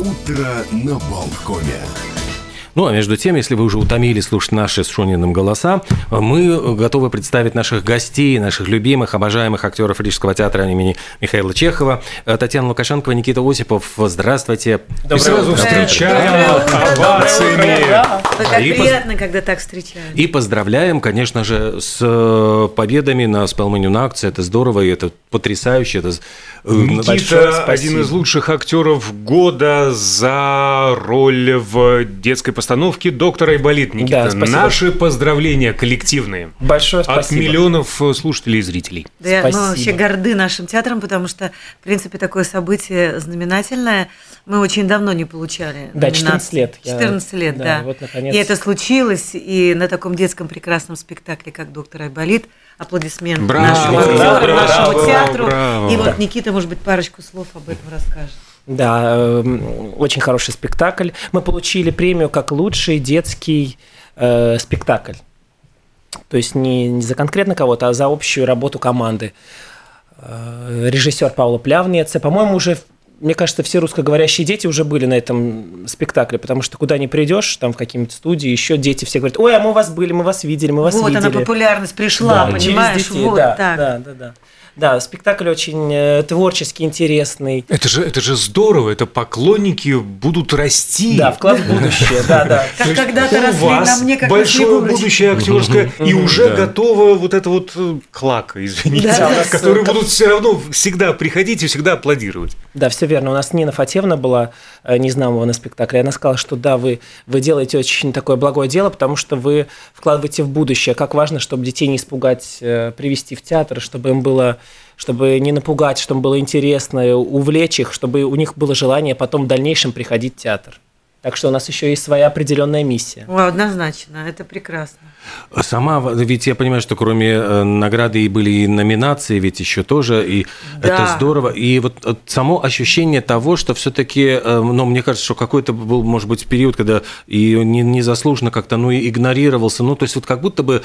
Утро на Болткоме. Ну, а между тем, если вы уже утомились слушать наши с Шуниным голоса, мы готовы представить наших гостей, наших любимых, обожаемых актеров Рижского театра имени Михаила Чехова. Татьяна Лукашенкова, Никита Осипов. Здравствуйте. И сразу встречаем овациями. Как приятно, когда так встречаем. И поздравляем, конечно же, с победами на Спелманю акции. Это здорово, и это потрясающе. Это Никита – один из лучших актеров года за роль в детской постановке «Доктор Айболит». Никита, Да, наши поздравления коллективные. Большое спасибо. От миллионов слушателей и зрителей. Да, мы вообще горды нашим театром, потому что, в принципе, такое событие знаменательное мы очень давно не получали. Да, 14 лет. 14 лет, да. Вот, наконец. И это случилось, и на таком детском прекрасном спектакле, как «Доктор Айболит», аплодисменты нашему актеру, нашему театру. Браво. И вот Никита, может быть, парочку слов об этом расскажет. Да, очень хороший спектакль. Мы получили премию как лучший детский спектакль. То есть не за конкретно кого-то, а за общую работу команды. Режиссер Паула Плявница. По-моему, уже, мне кажется, все русскоговорящие дети уже были на этом спектакле, потому что куда ни придешь, там в какие-нибудь студии, еще дети все говорят: ой, а мы у вас были, мы вас видели, мы вас видели. Вот она популярность пришла, Да, понимаешь? через детей, Вот да, так. да. Да, спектакль очень творчески интересный. Это же здорово, это поклонники будут расти. Да, вклад в будущее, да. Как когда-то росли, У вас на мне как большое будущее актерское, и уже готова вот эта вот клака, извините, Да. которые будут все равно всегда приходить и всегда аплодировать. Да, все верно. У нас Нина Фатьевна была Незнамова на спектакле. Она сказала, что да, вы делаете очень такое благое дело, потому что вы вкладываете в будущее. Как важно, чтобы детей не испугать, привести в театр, чтобы им было, чтобы не напугать, чтобы им было интересно, увлечь их, чтобы у них было желание потом в дальнейшем приходить в театр. Так что у нас еще есть своя определенная миссия. Однозначно, это прекрасно. Сама, ведь я понимаю, что кроме награды и были и номинации, ведь еще тоже, и Да. это здорово. И вот само ощущение того, что все-таки, ну, мне кажется, что какой-то был, может быть, период, когда и незаслуженно как-то, и игнорировался, то есть вот как будто бы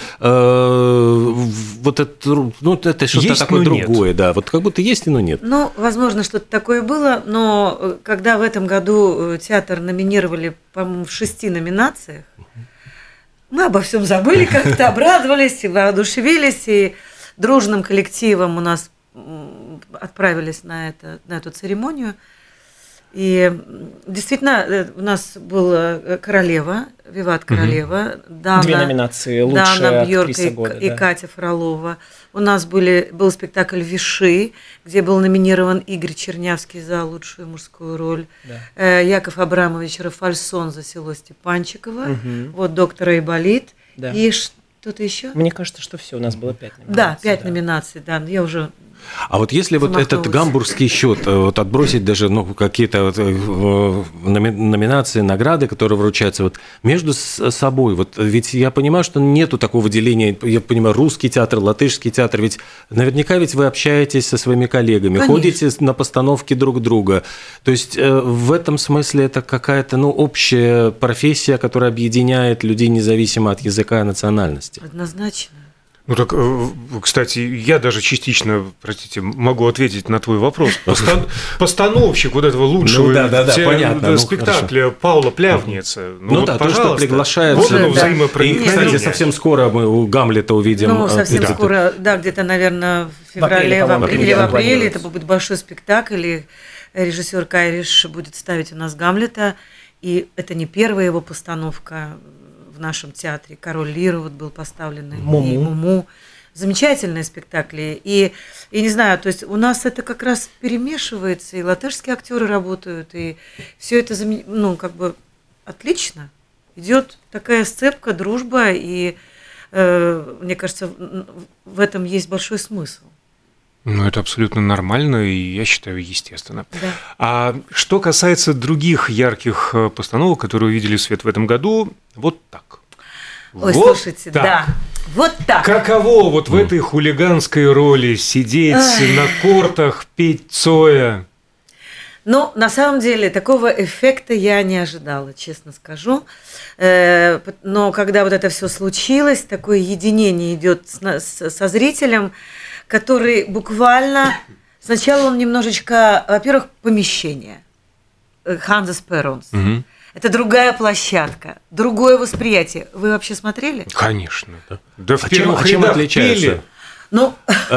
вот это, это что-то Есть, такое но нет. другое, да, вот как будто есть, но нет. Ну, возможно, что-то такое было, но когда в этом году театр номинировали, по-моему, в 6 номинациях, мы обо всем забыли, как-то обрадовались и воодушевились, и дружным коллективом у нас отправились на эту церемонию. И действительно, у нас была королева, Виват Королева, Дана, 2 номинации: лучшая Дана Бьорк актриса года, и да. Катя Фролова. У нас был спектакль «Виши», где был номинирован Игорь Чернявский за лучшую мужскую роль, Да. Яков Абрамович Рафальсон за село Степанчиково, вот «Доктор Айболит», Да. и что-то еще? Мне кажется, что все, у нас было 5 номинаций. Да, 5 номинаций, да, я уже... А вот если вот этот гамбургский счет вот отбросить даже какие-то вот номинации, награды, которые вручаются вот между собой, вот ведь я понимаю, что нету такого деления, я понимаю, русский театр, латышский театр, ведь наверняка ведь вы общаетесь со своими коллегами, Конечно. ходите на постановки друг друга, то есть в этом смысле это какая-то общая профессия, которая объединяет людей независимо от языка и национальности. Однозначно. Ну так, кстати, я даже частично, простите, могу ответить на твой вопрос. Постановщик вот этого лучшего понятно. спектакля Паула Плявница. То, что приглашается. Вот оно И, взаимопроникновение. кстати, совсем скоро мы у Гамлета увидим. Совсем скоро, да, где-то, наверное, в феврале, в апреле это будет большой спектакль, и режиссер Кайриш будет ставить у нас Гамлета, и это не первая его постановка в нашем театре. «Король Лир» вот был поставлен, и «Муму». Замечательные спектакли. И не знаю, то есть у нас это как раз перемешивается, и латышские актеры работают, и все это, отлично. Идет такая сцепка, дружба, и мне кажется, в этом есть большой смысл. Это абсолютно нормально и, я считаю, естественно. Да. А что касается других ярких постановок, которые увидели свет в этом году, вот так. Ой, слушайте, да. Вот так. Каково вот в этой хулиганской роли сидеть на кортах, петь Цоя? На самом деле, такого эффекта я не ожидала, честно скажу. Но когда вот это все случилось, такое единение идет со зрителем, который буквально... Сначала он немножечко, во-первых, помещение. Hannes Perons. Это другая площадка, другое восприятие. Вы вообще смотрели? Конечно. Да в чем отличается? Пели. Ну,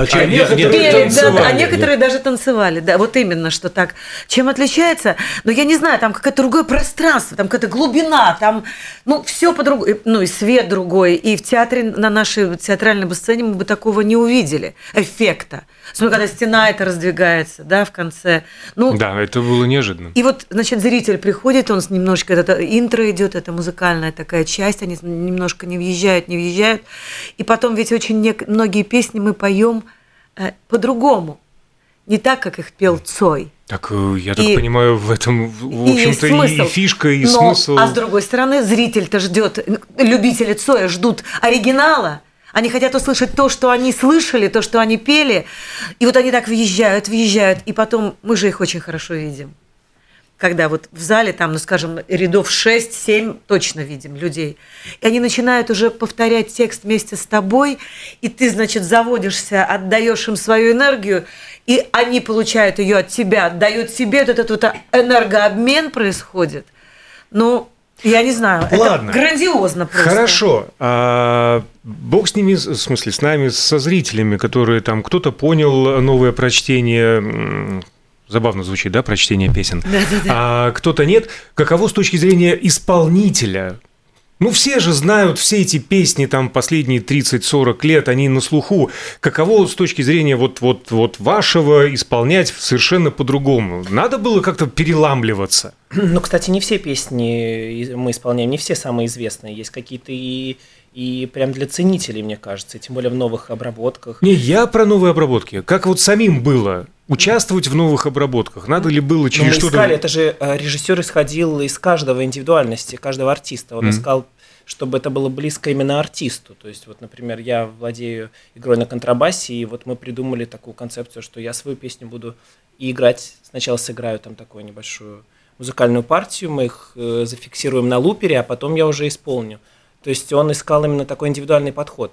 некоторые даже танцевали, да, вот именно, что так. Чем отличается? Ну, я не знаю, там какое-то другое пространство, там какая-то глубина, там, ну, все по-другому, ну, и свет другой, и в театре, на нашей театральной сцене мы бы такого не увидели, эффекта. Когда стена это раздвигается, да, в конце. Ну, да, это было неожиданно. И вот, значит, зритель приходит, он немножко, это интро идет, это музыкальная такая часть, они немножко не въезжают, и потом ведь очень многие песни мы поем по-другому, не так, как их пел Цой. Так, я так понимаю, в этом, в общем-то, и фишка, и смысл. А с другой стороны, зритель-то ждет, любители Цоя ждут оригинала. Они хотят услышать то, что они слышали, то, что они пели. И вот они так въезжают. И потом мы же их очень хорошо видим. Когда вот в зале, там, ну, скажем, рядов 6-7 точно видим людей. И они начинают уже повторять текст вместе с тобой. И ты, значит, заводишься, отдаешь им свою энергию. И они получают ее от тебя, отдают себе. Этот вот энергообмен происходит. Ну, я не знаю, ладно. Это грандиозно просто. Хорошо. Бог с ними, в смысле, с нами, со зрителями, которые там, кто-то понял новое прочтение, забавно звучит, да, прочтение песен, а кто-то нет. Каково с точки зрения исполнителя? Ну, все же знают все эти песни, там, последние 30-40 лет, они на слуху. Каково с точки зрения вот вашего исполнять совершенно по-другому? Надо было как-то переламливаться? Ну, кстати, не все песни мы исполняем, не все самые известные. Есть какие-то и прям для ценителей, мне кажется, тем более в новых обработках. Не, я про новые обработки. Как вот самим было участвовать в новых обработках? Надо ли было через что-то... Искали, это же режиссер исходил из каждого индивидуальности, каждого артиста. Он искал, чтобы это было близко именно артисту. То есть, вот, например, я владею игрой на контрабасе, и вот мы придумали такую концепцию, что я свою песню буду и играть. Сначала сыграю там такую небольшую музыкальную партию, мы их зафиксируем на лупере, а потом я уже исполню. То есть он искал именно такой индивидуальный подход.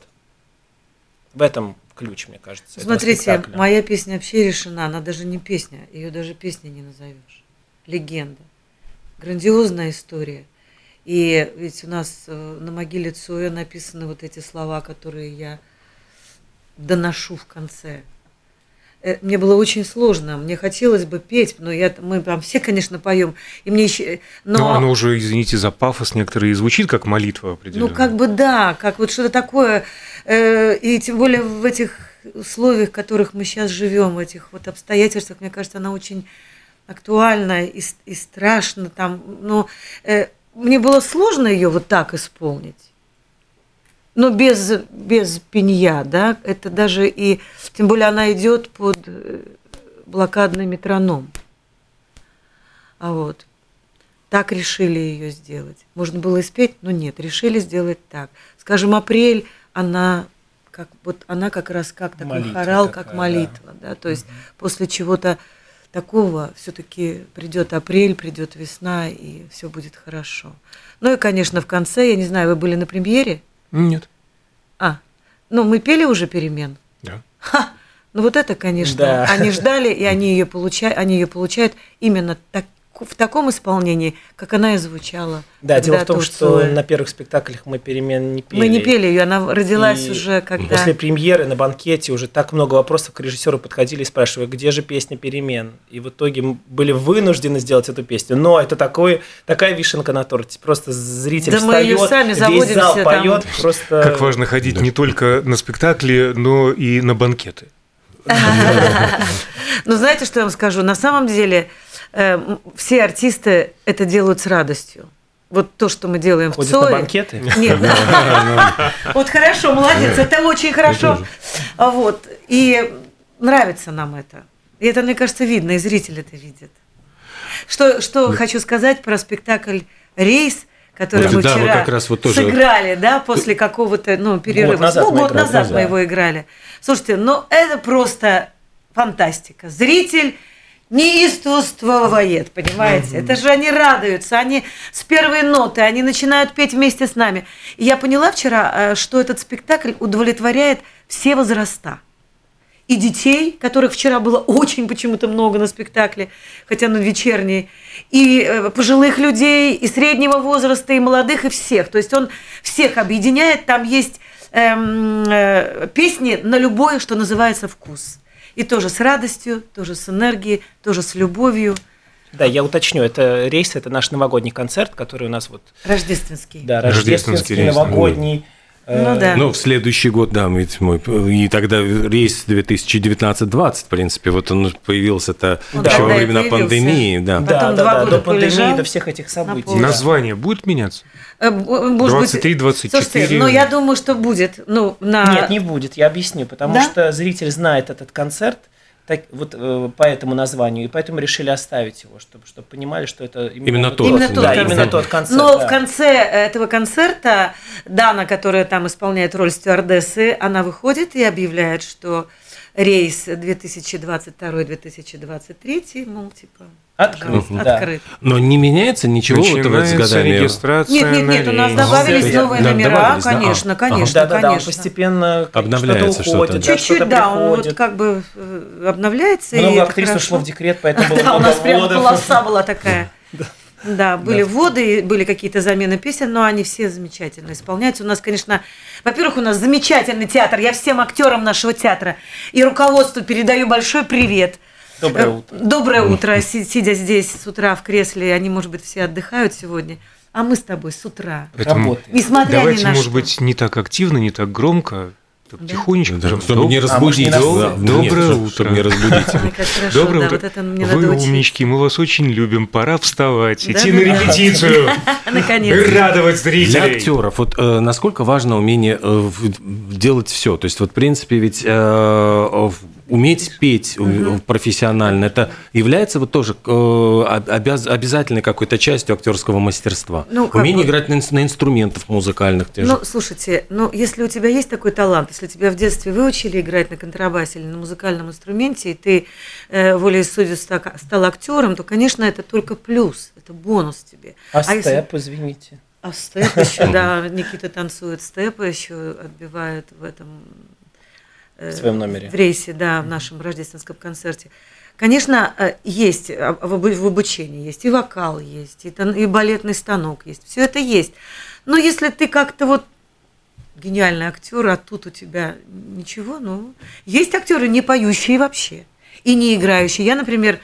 В этом ключ, мне кажется. Смотрите, моя песня вообще решена, она даже не песня, ее даже песней не назовешь. Легенда. Грандиозная история. И ведь у нас на могиле Цоя написаны вот эти слова, которые я доношу в конце. Мне было очень сложно, мне хотелось бы петь, но мы там все, конечно, поем. И мне еще, но оно уже, извините за пафос, некоторые звучит как молитва определенно. Ну, как бы да, как вот что-то такое. И тем более в этих условиях, в которых мы сейчас живем, в этих вот обстоятельствах, мне кажется, она очень актуальна и страшна там. Но мне было сложно ее вот так исполнить. Но без пенья, да, это даже и, тем более она идет под блокадный метроном. А вот так решили ее сделать. Можно было и спеть, но нет, решили сделать так. Скажем, апрель, она как раз как такой молитва хорал, такая, как молитва, да, то есть после чего-то такого все-таки придет апрель, придет весна, и все будет хорошо. Ну и, конечно, в конце, я не знаю, вы были на премьере? Нет. Ну, мы пели уже «Перемен». Да. Ну, вот это, конечно, да. Они ждали, и они ее получают именно в таком исполнении, как она и звучала. Да, дело в том, что на первых спектаклях мы «Перемен» не пели. Мы не пели ее, она родилась уже когда... После премьеры на банкете уже так много вопросов к режиссеру подходили и спрашивали, где же песня «Перемен». И в итоге мы были вынуждены сделать эту песню. Но это такая вишенка на торте. Просто зритель встает, весь зал поет. Просто... Как важно ходить не только на спектакли, но и на банкеты. Ну, знаете, что я вам скажу? На самом деле... все артисты это делают с радостью. Вот то, что мы делаем ходят в Цое. На банкеты? Нет. Вот хорошо, молодец, это очень хорошо. Вот. И нравится нам это. И это, мне кажется, видно, и зритель это видит. Что хочу сказать про спектакль «Рейс», который мы вчера сыграли, да, после какого-то перерыва. Год назад мы его играли. Слушайте, это просто фантастика. Зритель неистовствует, понимаете? Это же они радуются, они с первой ноты, они начинают петь вместе с нами. И я поняла вчера, что этот спектакль удовлетворяет все возраста. и детей, которых вчера было очень почему-то много на спектакле, хотя он вечерний, и пожилых людей, и среднего возраста, и молодых, и всех. То есть он всех объединяет, там есть песни на любой, что называется, вкус. И тоже с радостью, тоже с энергией, тоже с любовью. Да, я уточню, это рейс, это наш новогодний концерт, который у нас вот... Рождественский. Да, рождественский новогодний. Ну да. Ну, в следующий год, да, и тогда рейс 2019-2020, в принципе, вот он появился-то еще во времена пандемии. Да, Потом 2 года до пандемии, полежал, до всех этих событий. Название будет меняться? 23-24. Слушайте, ну, я думаю, что будет. Нет, не будет, я объясню, потому что зритель знает этот концерт, вот по этому названию, и поэтому решили оставить его, чтобы понимали, что это именно тот концерт. Но в конце этого концерта Дана, которая там исполняет роль стюардессы, она выходит и объявляет, что рейс 2022-2023, мол, типа... Открыт. Но не меняется ничего с годами? Регистрация. Нет, у нас добавились новые номера, конечно. Да, он постепенно обновляется что-то. Чуть-чуть, да, он вот как бы обновляется. Много актрис ушло в декрет, поэтому было много у нас прям вводов. полоса была такая. Да, были вводы, были какие-то замены песен, но они все замечательно исполняются. У нас, конечно, во-первых, у нас замечательный театр. Я всем актерам нашего театра и руководству передаю большой привет. Доброе утро. Доброе утро. Сидя здесь с утра в кресле, они, может быть, все отдыхают сегодня, а мы с тобой с утра работаем. Несмотря давайте, ни на может что. быть, не так активно, не так громко, тихонечко. Чтобы не разбудить. Доброе утро. Чтобы не разбудить. Доброе утро. Вы умнички, мы вас очень любим. Пора вставать, идти на репетицию. Наконец-то. Радовать зрителей. Для актеров, вот насколько важно умение делать все. То есть, вот, в принципе, ведь уметь петь профессионально, это является вот тоже обязательной какой-то частью актерского мастерства. Умение играть на инструментах музыкальных. Слушайте, если у тебя есть такой талант, если тебя в детстве выучили играть на контрабасе или на музыкальном инструменте, и ты волей судеб стал актером, то, конечно, это только плюс, это бонус тебе. Степ, извините. Степ еще, да, Никита танцует степ, еще отбивает в этом... В своем номере. В рейсе, да, в нашем рождественском концерте. Конечно, есть в обучении, есть и вокал есть, и балетный станок есть, все это есть. Но если ты как-то вот гениальный актер, а тут у тебя ничего, есть актеры, не поющие вообще, и не играющие. Я, например,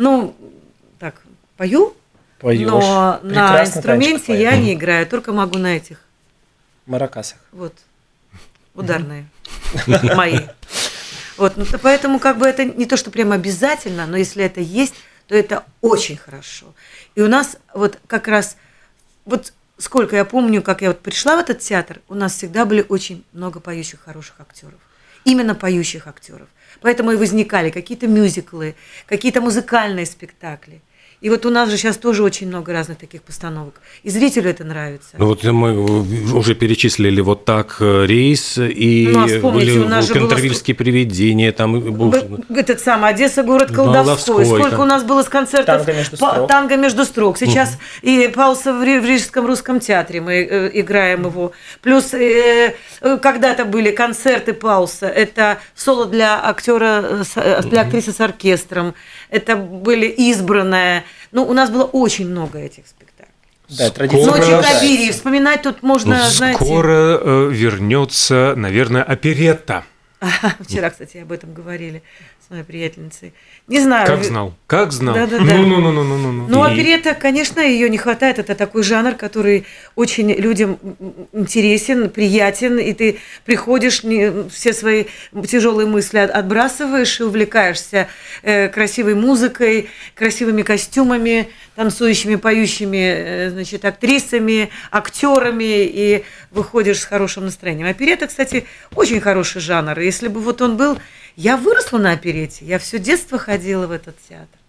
пою, но на инструменте я не играю, только могу на этих маракасах. Вот. Ударные мои. Поэтому как бы это не то, что прям обязательно, но если это есть, то это очень хорошо. И у нас вот как раз, вот сколько я помню, как я вот пришла в этот театр, у нас всегда были очень много поющих хороших актеров. Именно поющих актеров. Поэтому и возникали какие-то мюзиклы, какие-то музыкальные спектакли. И вот у нас же сейчас тоже очень много разных таких постановок. И зрителю это нравится. Вот мы уже перечислили вот так рейс, и были Кантервильские привидения. Там этот самый Одесса, город колдовской. Сколько у нас было с концертов «Танго между строк». Сейчас и пауса в Рижском русском театре, мы играем его. Плюс когда-то были концерты пауса. Это соло для актера, для актрисы с оркестром. Это были избранные. У нас было очень много этих спектаклей. Да, традиция. Ночи в Кабирии. Вспоминать тут можно, знаете... Скоро вернется, наверное, оперетта. Вчера, кстати, об этом говорили с моей приятельницей. Не знаю. Как знал. Да. Оперетта, конечно, ее не хватает. Это такой жанр, который очень людям интересен, приятен, и ты приходишь, все свои тяжелые мысли отбрасываешь и увлекаешься красивой музыкой, красивыми костюмами, танцующими, поющими, актрисами, актерами, и выходишь с хорошим настроением. Оперетта, кстати, очень хороший жанр. Если бы вот он был... Я выросла на оперете, я все детство ходила в этот театр.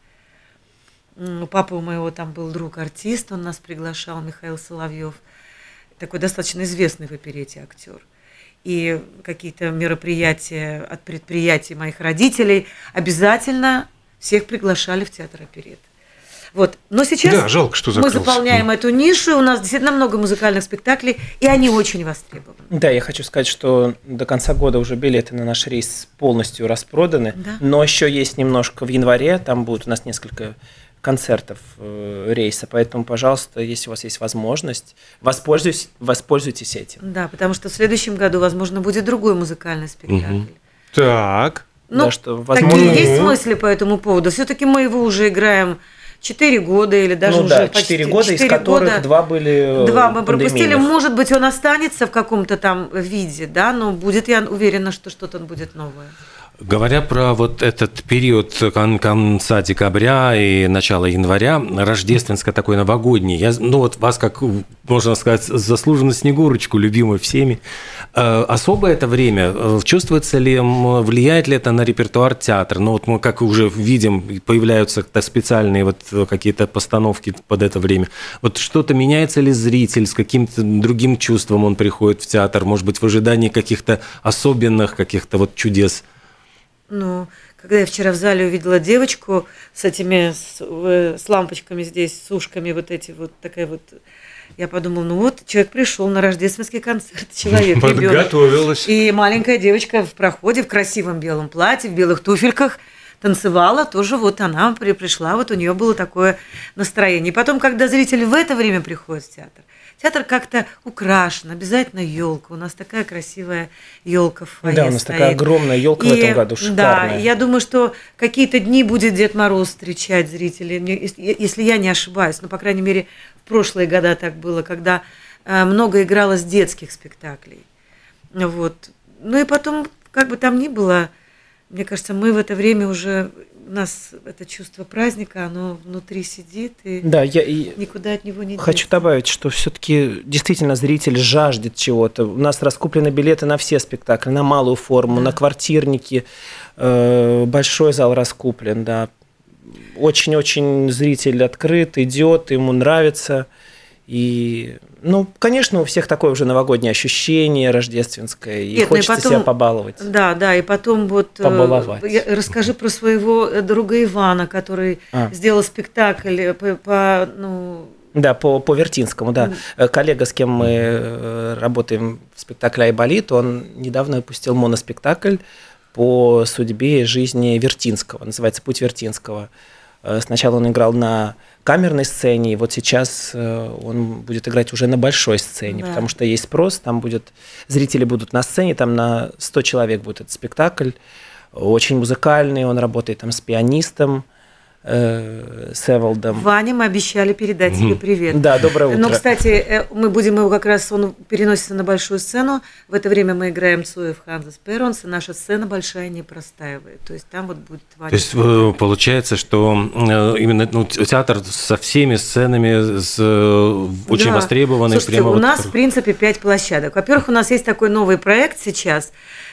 У папы у моего там был друг-артист, он нас приглашал, Михаил Соловьев, такой достаточно известный в оперете актер. И какие-то мероприятия от предприятий моих родителей обязательно всех приглашали в театр оперетты. Вот. Но сейчас да, жалко, что мы заполняем эту нишу, у нас действительно много музыкальных спектаклей, и они очень востребованы. Да, я хочу сказать, что до конца года уже билеты на наш рейс полностью распроданы, но еще есть немножко в январе, там будет у нас несколько концертов рейса, поэтому, пожалуйста, если у вас есть возможность, воспользуйтесь этим. Да, потому что в следующем году, возможно, будет другой музыкальный спектакль. Так. Ну, да, что, возможно... такие есть мысли по этому поводу. Все-таки мы его уже играем 4 года или даже уже почти 4 года, 4 из которых 2 были 2 мы пропустили. Может быть, он останется в каком-то там виде, да, но будет, я уверена, что что-то будет новое. Говоря про вот этот период конца декабря и начала января, рождественское такое новогоднее, вот вас, как можно сказать, заслуженную Снегурочку, любимую всеми, особо это время, чувствуется ли, влияет ли это на репертуар театра? Ну вот мы, как уже видим, появляются специальные вот какие-то постановки под это время. Вот что-то меняется ли зритель, с каким-то другим чувством он приходит в театр, может быть, в ожидании каких-то особенных, каких-то вот чудес? Ну, когда я вчера в зале увидела девочку с этими, с лампочками здесь, с ушками вот эти, вот такая вот, я подумала, ну вот, человек пришел на рождественский концерт, человек, подготовилась. И маленькая девочка в проходе, в красивом белом платье, в белых туфельках, танцевала, тоже вот она пришла, вот у нее было такое настроение. И потом, когда зритель в это время приходит в театр, театр как-то украшен, обязательно елка. У нас такая красивая елка в фойе. Да, у нас стоит. такая огромная елка в этом году, шикарная. Да, я думаю, что какие-то дни будет Дед Мороз встречать зрителей, если я не ошибаюсь. Ну, по крайней мере, в прошлые года так было, когда много игралось детских спектаклей. Вот. Ну и потом, как бы там ни было, мне кажется, мы в это время уже... У нас это чувство праздника, оно внутри сидит, и да, никуда от него не деться. Хочу добавить, что все-таки действительно зритель жаждет чего-то. У нас раскуплены билеты на все спектакли, на малую форму, да. На квартирники, большой зал раскуплен, да. Очень-очень зритель открыт, идет, ему нравится. И, ну, конечно, у всех такое уже новогоднее ощущение рождественское, и хочется потом, себя побаловать. Да, и потом вот... Побаловать. Расскажи про своего друга Ивана, который сделал спектакль по Вертинскому, да. Коллега, с кем мы работаем в спектакле «Айболит», он недавно выпустил моноспектакль по судьбе и жизни Вертинского, называется «Путь Вертинского». Сначала он играл на камерной сцене, и вот сейчас он будет играть уже на большой сцене, да. Потому что есть спрос, там зрители будут на сцене, там на 100 человек будет этот спектакль, очень музыкальный, он работает там с пианистом, с Эволдом. Ване мы обещали передать тебе привет. Да, доброе утро. Но, кстати, мы будем его как раз, он переносится на большую сцену. В это время мы играем Цоев Ханзас Перонс, и наша сцена большая не простаивает. То есть там вот будет Ваня. То есть получается, что именно театр со всеми сценами очень востребованный. Слушайте, у нас, в принципе, 5 площадок. Во-первых, у нас есть такой новый проект сейчас,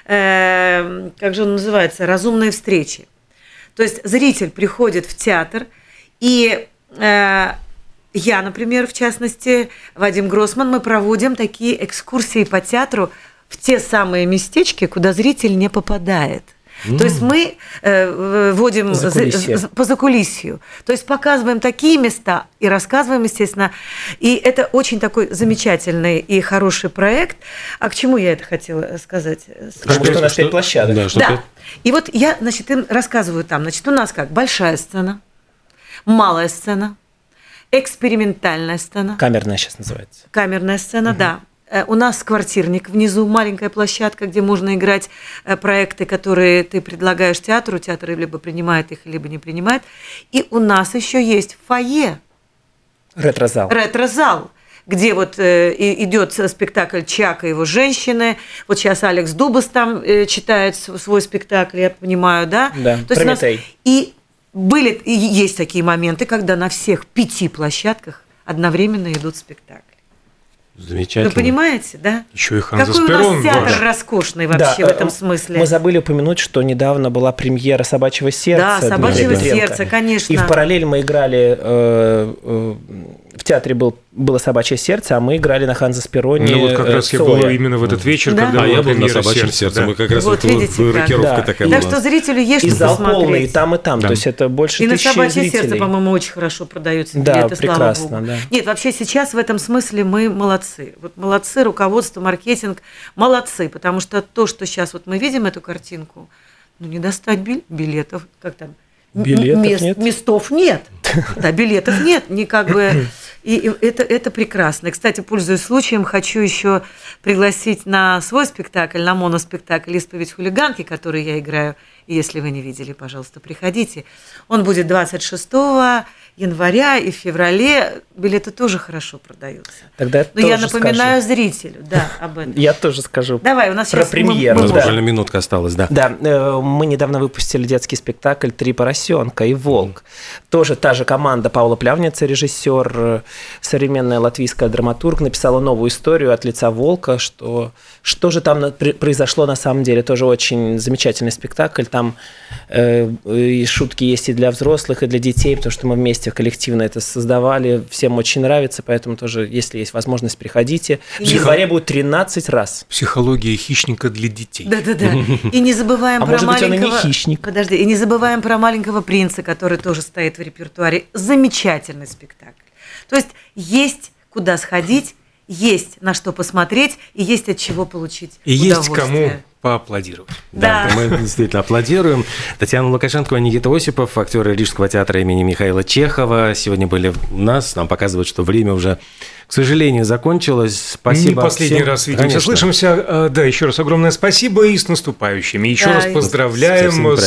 как же он называется, «Разумные встречи». То есть зритель приходит в театр, и я, например, в частности, Вадим Гроссман, мы проводим такие экскурсии по театру в те самые местечки, куда зритель не попадает. То есть мы вводим по закулисью. То есть показываем такие места и рассказываем, естественно. И это очень такой замечательный и хороший проект. А к чему я это хотела сказать? Что у нас 5 площадок. Да. И вот я, значит, им рассказываю там. Значит, у нас как? Большая сцена, малая сцена, экспериментальная сцена. Камерная сейчас называется. Камерная сцена, да. У нас квартирник внизу, маленькая площадка, где можно играть проекты, которые ты предлагаешь театру. Театр либо принимает их, либо не принимает. И у нас еще есть фойе. Ретро-зал. Ретро-зал, где вот идет спектакль «Чак и его женщины». Вот сейчас Алекс Дубас там читает свой спектакль, я понимаю, да? Да, то есть и есть такие моменты, когда на всех 5 площадках одновременно идут спектакли. Замечательно. Вы понимаете, да? Еще и Ханзас Какой Перон. у нас театр роскошный вообще в этом смысле. Мы забыли упомянуть, что недавно была премьера «Собачьего сердца». Да, «Собачьего сердца», конечно. И в параллель мы играли в театре было «Собачье сердце», а мы играли на Ханзе Спероне. Ну, вот как раз я был именно в этот вечер, когда я был на премьера «Собачьем сердце». Да. Мы как раз вот видите, рокировка такая была. Так что зрителю есть и что зал посмотреть. полный, и там, и там. Да. То есть это больше и 1000 на «Собачье зрителей. сердце», по-моему, очень хорошо продаются Да, билеты, прекрасно, слава богу. да. Нет, вообще сейчас в этом смысле мы молодцы. Вот молодцы, руководство, маркетинг, молодцы, потому что то, что сейчас вот мы видим эту картинку, не достать билетов, как там, Билетов нет. Местов нет. Да, билетов нет. И это прекрасно. И, кстати, пользуясь случаем, хочу еще пригласить на свой спектакль, на моноспектакль «Исповедь хулиганки», который я играю. И если вы не видели, пожалуйста, приходите. Он будет 26 января, и в феврале билеты тоже хорошо продаются. Тогда Но я напоминаю зрителю, об этом. Я тоже скажу. Давай, у нас про сейчас премьеру. У нас буквально минутка осталась, да. Да, мы недавно выпустили детский спектакль «Три поросенка и волк». Тоже та же команда Паула Плявница, режиссер, современная латвийская драматург, написала новую историю от лица волка, что же там произошло на самом деле. Тоже очень замечательный спектакль. Там и шутки есть и для взрослых, и для детей, потому что мы вместе коллективно это создавали. Всем очень нравится, поэтому тоже, если есть возможность, приходите. В январе будет 13 раз. Психология хищника для детей. Да-да-да. И не забываем про может быть, он и маленького... не хищник. Подожди, и не забываем про «Маленького принца», который тоже стоит в репертуаре. Замечательный спектакль. То есть куда сходить, есть на что посмотреть, и есть от чего получить И удовольствие. есть кому поаплодировать. Да, мы действительно аплодируем. Татьяна Лукашенко, Никита Осипов, актеры Рижского театра имени Михаила Чехова. Сегодня были у нас. Нам показывают, что время уже, к сожалению, закончилось. Спасибо. Не последний всем. раз видимся, Конечно. слышимся. Да, еще раз огромное спасибо и с наступающими. Еще раз поздравляем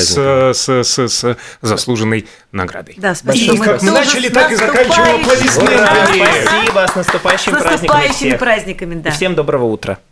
с заслуженной наградой. Да, спасибо. И как мы начали, так и заканчиваем аплодисментами. Спасибо, с наступающим праздником. С наступающими праздниками, да. И всем доброго утра.